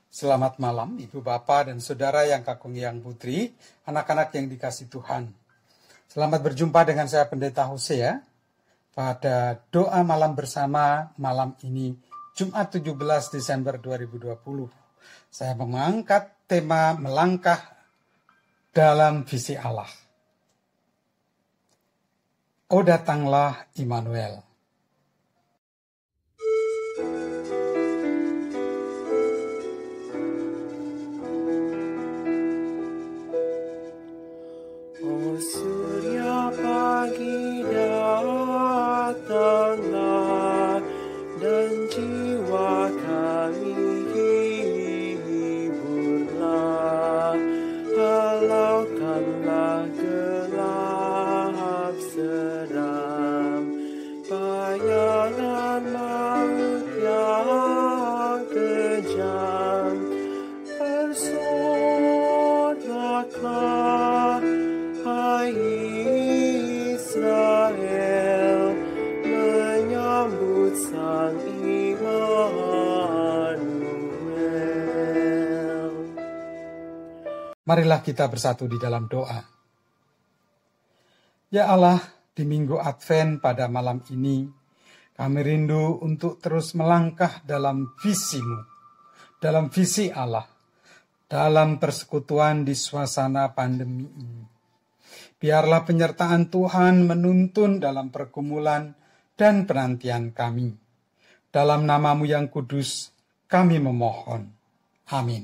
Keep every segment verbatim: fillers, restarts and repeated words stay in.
Selamat malam Ibu Bapak dan Saudara yang kakung yang putri, anak-anak yang dikasih Tuhan. Selamat berjumpa dengan saya Pendeta Hosea pada doa malam bersama malam ini Jumat tujuh belas Desember dua ribu dua puluh. Saya mengangkat tema melangkah dalam visi Allah. Oh datanglah Immanuel. Surya pagi datanglah dan jiwa kami hiburlah, halaukanlah gelap seram, bayangan maut yang kejam, bersoraklah hai Israel, menyambut Sang Immanuel. Marilah kita bersatu di dalam doa. Ya Allah, di Minggu Advent pada malam ini, kami rindu untuk terus melangkah dalam visi-Mu, dalam visi Allah, dalam persekutuan di suasana pandemi ini. Biarlah penyertaan Tuhan menuntun dalam pergumulan dan penantian kami. Dalam nama-Mu yang kudus, kami memohon. Amin.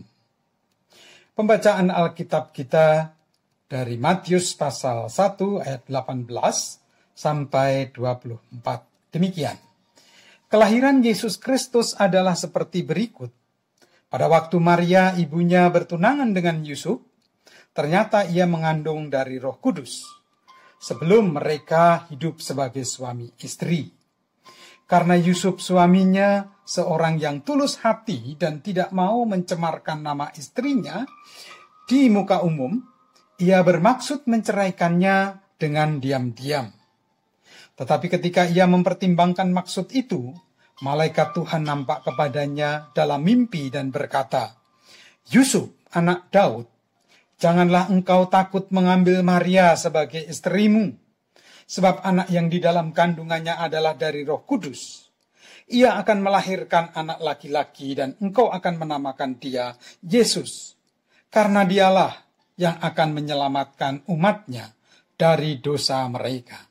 Pembacaan Alkitab kita dari Matius pasal satu ayat delapan belas sampai dua puluh empat. Demikian. Kelahiran Yesus Kristus adalah seperti berikut. Pada waktu Maria ibunya bertunangan dengan Yusuf, ternyata ia mengandung dari Roh Kudus sebelum mereka hidup sebagai suami istri. Karena Yusuf suaminya seorang yang tulus hati dan tidak mau mencemarkan nama istrinya di muka umum, ia bermaksud menceraikannya dengan diam-diam. Tetapi ketika ia mempertimbangkan maksud itu, malaikat Tuhan nampak kepadanya dalam mimpi dan berkata, "Yusuf, anak Daud, janganlah engkau takut mengambil Maria sebagai istrimu, sebab anak yang di dalam kandungannya adalah dari Roh Kudus. Ia akan melahirkan anak laki-laki dan engkau akan menamakan dia Yesus, karena dialah yang akan menyelamatkan umatnya dari dosa mereka."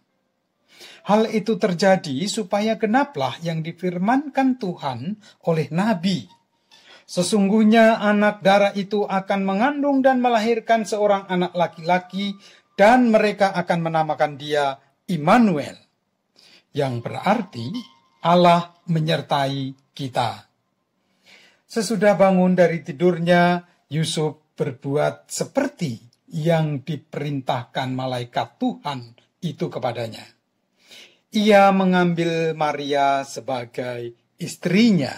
Hal itu terjadi supaya genaplah yang difirmankan Tuhan oleh Nabi. Sesungguhnya anak darah itu akan mengandung dan melahirkan seorang anak laki-laki dan mereka akan menamakan dia Immanuel, yang berarti Allah menyertai kita. Sesudah bangun dari tidurnya, Yusuf berbuat seperti yang diperintahkan malaikat Tuhan itu kepadanya. Ia mengambil Maria sebagai istrinya.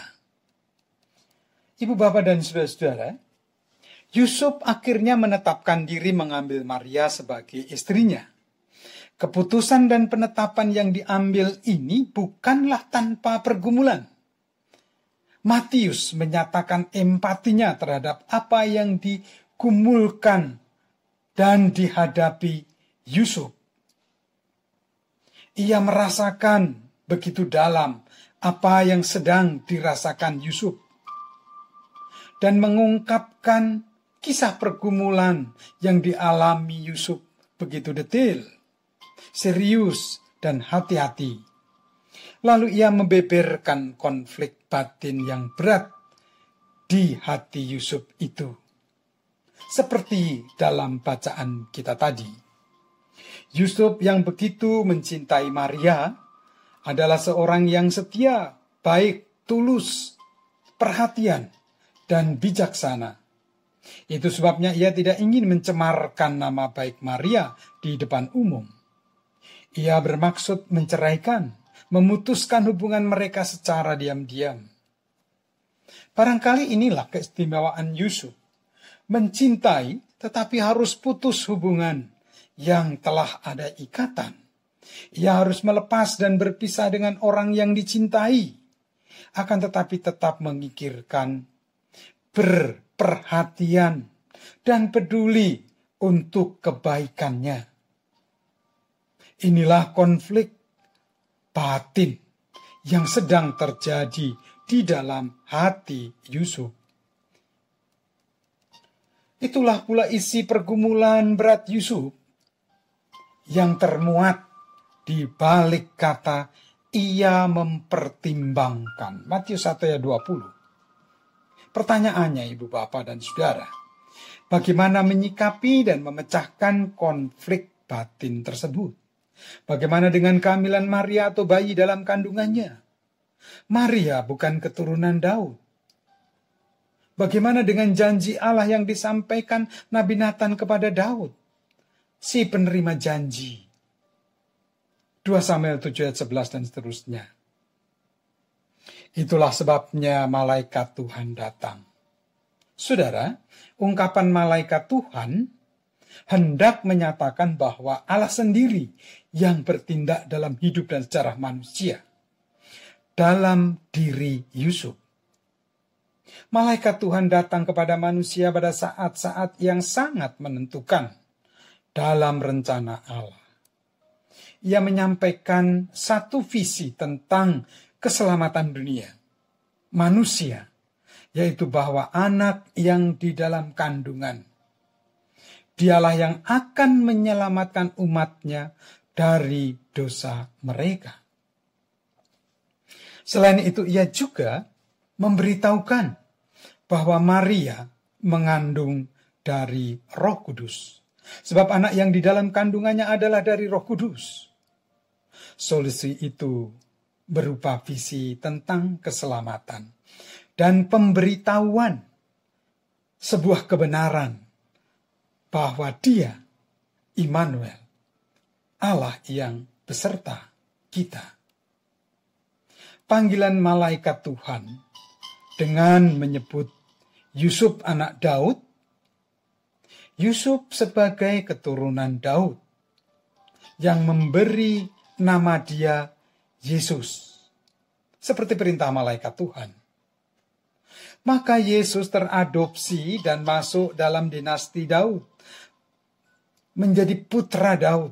Ibu bapak dan saudara-saudara, Yusuf akhirnya menetapkan diri mengambil Maria sebagai istrinya. Keputusan dan penetapan yang diambil ini bukanlah tanpa pergumulan. Matius menyatakan empatinya terhadap apa yang digumulkan dan dihadapi Yusuf. Ia merasakan begitu dalam apa yang sedang dirasakan Yusuf dan mengungkapkan kisah pergumulan yang dialami Yusuf begitu detail, serius, dan hati-hati. Lalu ia membeberkan konflik batin yang berat di hati Yusuf itu, seperti dalam bacaan kita tadi. Yusuf yang begitu mencintai Maria adalah seorang yang setia, baik, tulus, perhatian, dan bijaksana. Itu sebabnya ia tidak ingin mencemarkan nama baik Maria di depan umum. Ia bermaksud menceraikan, memutuskan hubungan mereka secara diam-diam. Barangkali inilah keistimewaan Yusuf, mencintai tetapi harus putus hubungan yang telah ada ikatan. Ia harus melepas dan berpisah dengan orang yang dicintai, akan tetapi tetap memikirkan berperhatian dan peduli untuk kebaikannya. Inilah konflik batin yang sedang terjadi di dalam hati Yusuf. Itulah pula isi pergumulan berat Yusuf yang termuat di balik kata ia mempertimbangkan. Matius satu ayat dua puluh. Pertanyaannya ibu bapak dan saudara, bagaimana menyikapi dan memecahkan konflik batin tersebut? Bagaimana dengan kehamilan Maria atau bayi dalam kandungannya? Maria bukan keturunan Daud. Bagaimana dengan janji Allah yang disampaikan Nabi Nathan kepada Daud, si penerima janji? dua Samuel tujuh ayat sebelas dan seterusnya. Itulah sebabnya malaikat Tuhan datang. Saudara, ungkapan malaikat Tuhan hendak menyatakan bahwa Allah sendiri yang bertindak dalam hidup dan sejarah manusia, dalam diri Yusuf. Malaikat Tuhan datang kepada manusia pada saat-saat yang sangat menentukan dalam rencana Allah. Ia menyampaikan satu visi tentang keselamatan dunia, manusia, yaitu bahwa anak yang di dalam kandungan, dialah yang akan menyelamatkan umatnya dari dosa mereka. Selain itu, ia juga memberitahukan bahwa Maria mengandung dari Roh Kudus. Sebab anak yang di dalam kandungannya adalah dari Roh Kudus. Solusi itu berupa visi tentang keselamatan dan pemberitahuan sebuah kebenaran bahwa Dia, Immanuel, Allah yang beserta kita. Panggilan malaikat Tuhan dengan menyebut Yusuf anak Daud, Yusuf sebagai keturunan Daud yang memberi nama dia Yesus, seperti perintah malaikat Tuhan. Maka Yesus teradopsi dan masuk dalam dinasti Daud, menjadi putra Daud.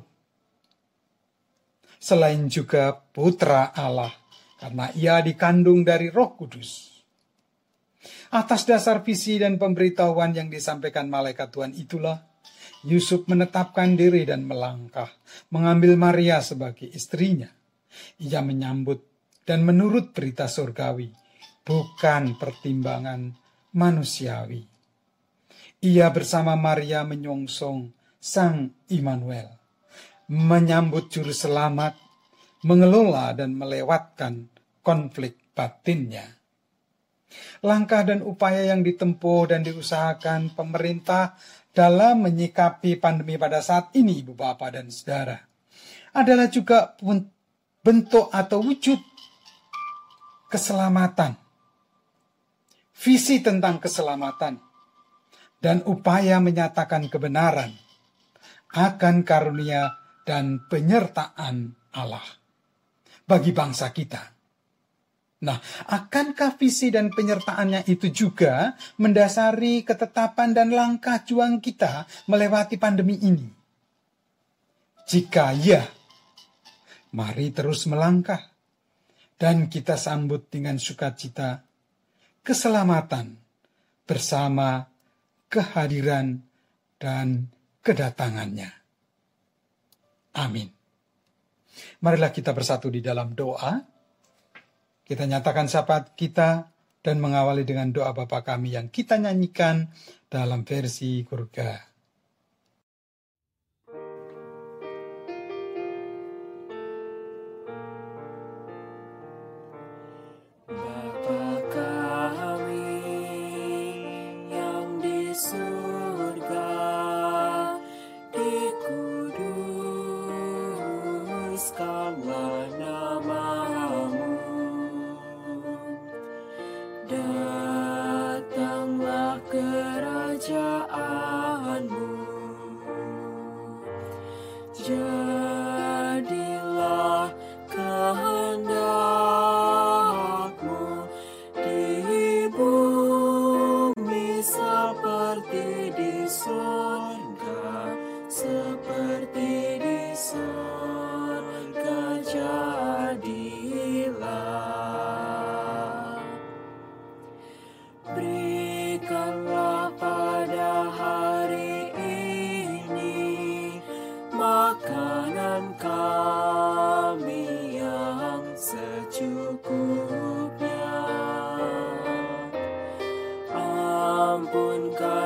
Selain juga putra Allah, karena ia dikandung dari Roh Kudus. Atas dasar visi dan pemberitahuan yang disampaikan malaikat Tuhan itulah, Yusuf menetapkan diri dan melangkah, mengambil Maria sebagai istrinya. Ia menyambut dan menurut berita surgawi, bukan pertimbangan manusiawi. Ia bersama Maria menyongsong Sang Immanuel, menyambut juru selamat, mengelola dan melewatkan konflik batinnya. Langkah dan upaya yang ditempuh dan diusahakan pemerintah dalam menyikapi pandemi pada saat ini, ibu bapak dan saudara, adalah juga bentuk atau wujud keselamatan, visi tentang keselamatan, dan upaya menyatakan kebenaran akan karunia dan penyertaan Allah bagi bangsa kita. Nah, akankah visi dan penyertaannya itu juga mendasari ketetapan dan langkah juang kita melewati pandemi ini? Jika ya, mari terus melangkah dan kita sambut dengan sukacita keselamatan bersama kehadiran dan kedatangannya. Amin. Marilah kita bersatu di dalam doa. Kita nyatakan syafaat kita dan mengawali dengan doa Bapa kami yang kita nyanyikan dalam versi Gurga. Bapa kami yang di surga, dikuduskanlah nama-Mu. Datanglah kerajaan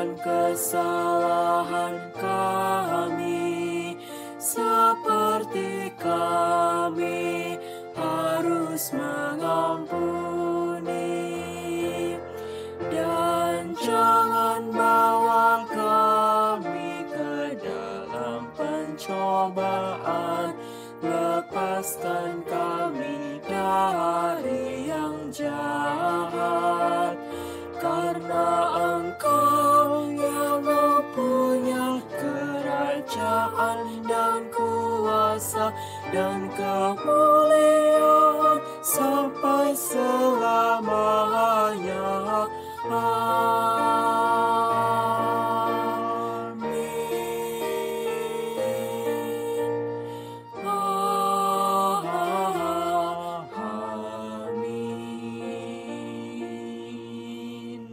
dan kesalahan kami, seperti kami harus mengampuni. Dan jangan bawa kami ke dalam pencobaan, lepaskan kami dari yang jahat. Karena Engkau yang mempunyai kerajaan dan kuasa dan kemuliaan sampai selamanya. Amin. Amin.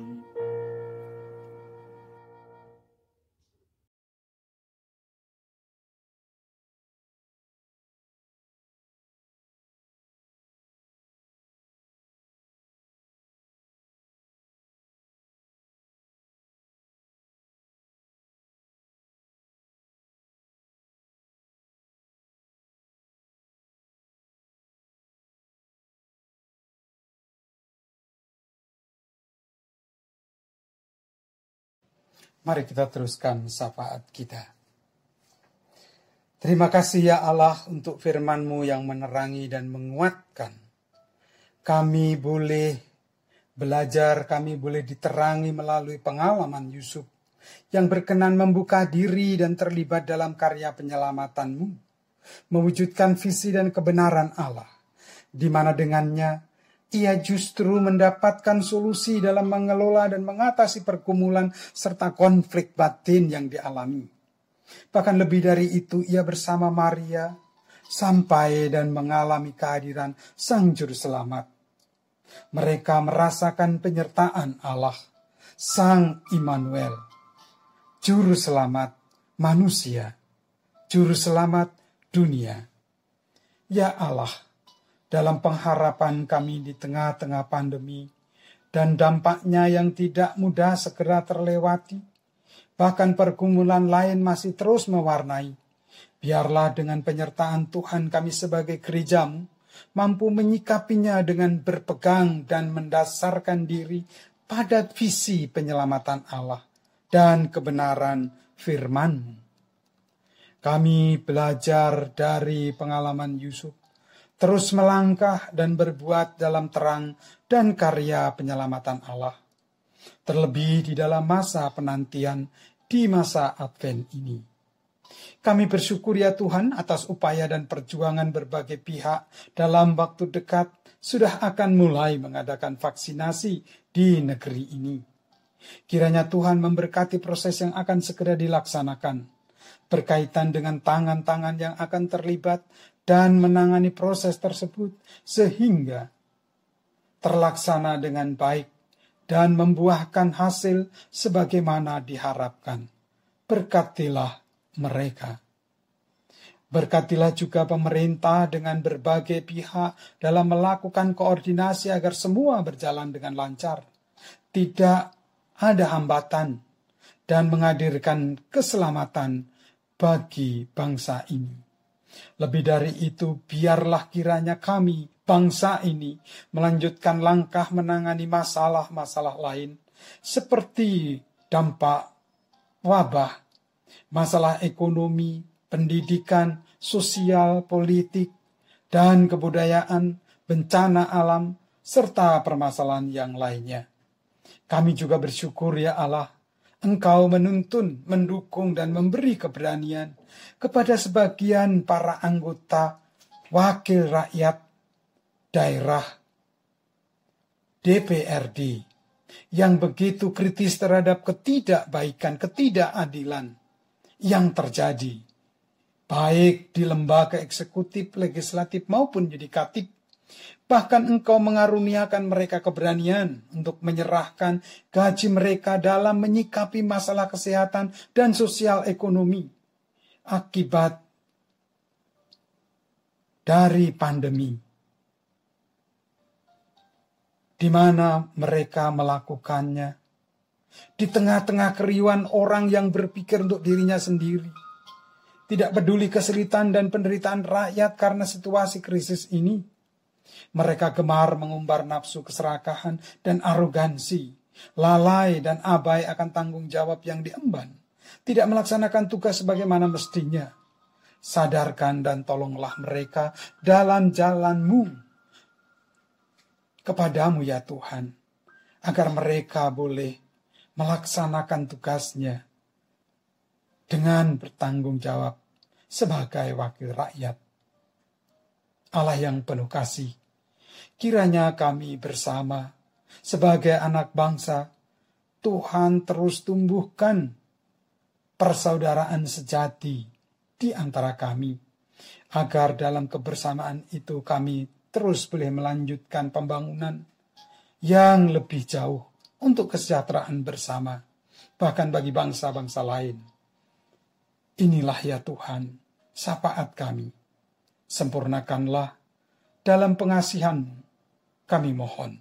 Mari kita teruskan syafaat kita. Terima kasih ya Allah untuk firman-Mu yang menerangi dan menguatkan. Kami boleh belajar, kami boleh diterangi melalui pengalaman Yusuf yang berkenan membuka diri dan terlibat dalam karya penyelamatan-Mu, mewujudkan visi dan kebenaran Allah, di mana dengannya ia justru mendapatkan solusi dalam mengelola dan mengatasi pergumulan serta konflik batin yang dialami. Bahkan lebih dari itu, ia bersama Maria sampai dan mengalami kehadiran Sang Juru Selamat. Mereka merasakan penyertaan Allah, Sang Immanuel, Juru Selamat manusia, Juru Selamat dunia. Ya Allah, dalam pengharapan kami di tengah-tengah pandemi dan dampaknya yang tidak mudah segera terlewati, bahkan pergumulan lain masih terus mewarnai, biarlah dengan penyertaan Tuhan kami sebagai gereja-Mu mampu menyikapinya dengan berpegang dan mendasarkan diri pada visi penyelamatan Allah dan kebenaran firman-Mu. Kami belajar dari pengalaman Yusuf, terus melangkah dan berbuat dalam terang dan karya penyelamatan Allah. Terlebih di dalam masa penantian di masa Advent ini. Kami bersyukur ya Tuhan atas upaya dan perjuangan berbagai pihak dalam waktu dekat sudah akan mulai mengadakan vaksinasi di negeri ini. Kiranya Tuhan memberkati proses yang akan segera dilaksanakan, berkaitan dengan tangan-tangan yang akan terlibat dan menangani proses tersebut sehingga terlaksana dengan baik dan membuahkan hasil sebagaimana diharapkan. Berkatilah mereka. Berkatilah juga pemerintah dengan berbagai pihak dalam melakukan koordinasi agar semua berjalan dengan lancar, tidak ada hambatan, dan menghadirkan keselamatan bagi bangsa ini. Lebih dari itu, biarlah kiranya kami, bangsa ini, melanjutkan langkah menangani masalah-masalah lain, seperti dampak wabah, masalah ekonomi, pendidikan, sosial, politik, dan kebudayaan, bencana alam, serta permasalahan yang lainnya. Kami juga bersyukur ya Allah, Engkau menuntun, mendukung, dan memberi keberanian kepada sebagian para anggota wakil rakyat daerah D P R D yang begitu kritis terhadap ketidakbaikan, ketidakadilan yang terjadi, baik di lembaga eksekutif, legislatif, maupun yudikatif. Bahkan Engkau mengaruniakan mereka keberanian untuk menyerahkan gaji mereka dalam menyikapi masalah kesehatan dan sosial ekonomi akibat dari pandemi, di mana mereka melakukannya Di tengah-tengah keriuhan orang yang berpikir untuk dirinya sendiri. Tidak peduli kesulitan dan penderitaan rakyat karena situasi krisis ini. Mereka gemar mengumbar nafsu keserakahan dan arogansi. Lalai dan abai akan tanggung jawab yang diemban. Tidak melaksanakan tugas sebagaimana mestinya. Sadarkan dan tolonglah mereka dalam jalanmu kepadamu ya Tuhan. Agar mereka boleh melaksanakan tugasnya dengan bertanggung jawab sebagai wakil rakyat. Allah yang penuh kasih, kiranya kami bersama sebagai anak bangsa, Tuhan terus tumbuhkan persaudaraan sejati di antara kami, agar dalam kebersamaan itu kami terus boleh melanjutkan pembangunan yang lebih jauh untuk kesejahteraan bersama, bahkan bagi bangsa-bangsa lain. Inilah ya Tuhan, syafaat kami. Sempurnakanlah dalam pengasihan-Mu, kami mohon.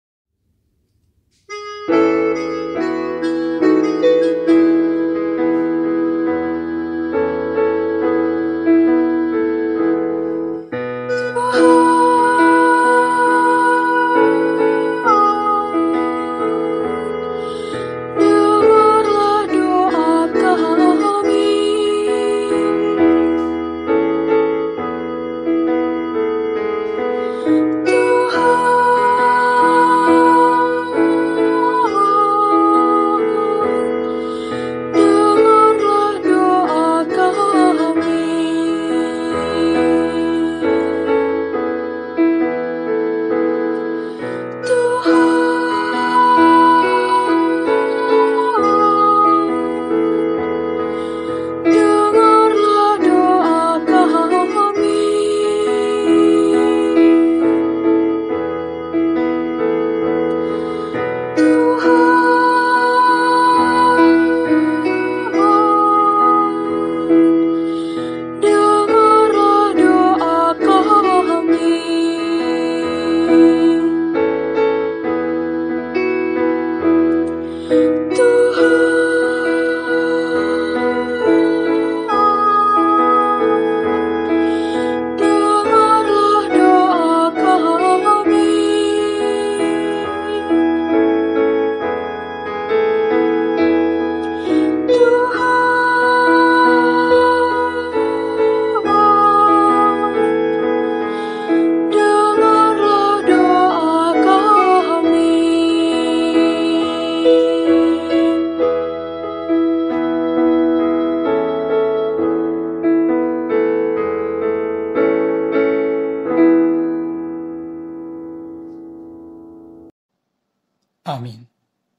Amin.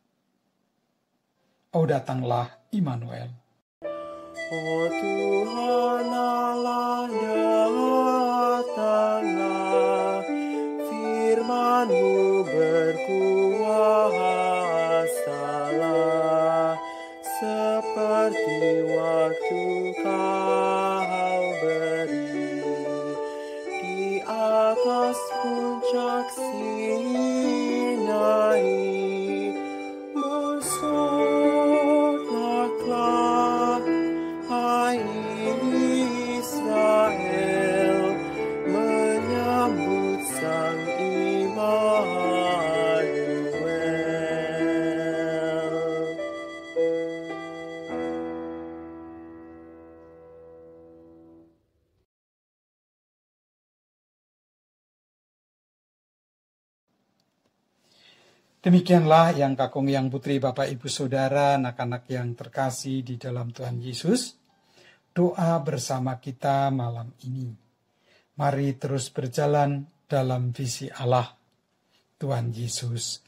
Oh datanglah Immanuel. Oh Tuhan Allah datanglah, firman-Mu berkuasalah, seperti waktu Kau beri di atas puncak Sinai. Bersonaklah, hai Israel, menyambut Sang Immanuel. Demikianlah yang kakung, yang putri, Bapak, Ibu, Saudara, anak-anak yang terkasih di dalam Tuhan Yesus. Doa bersama kita malam ini. Mari terus berjalan dalam visi Allah. Tuhan Yesus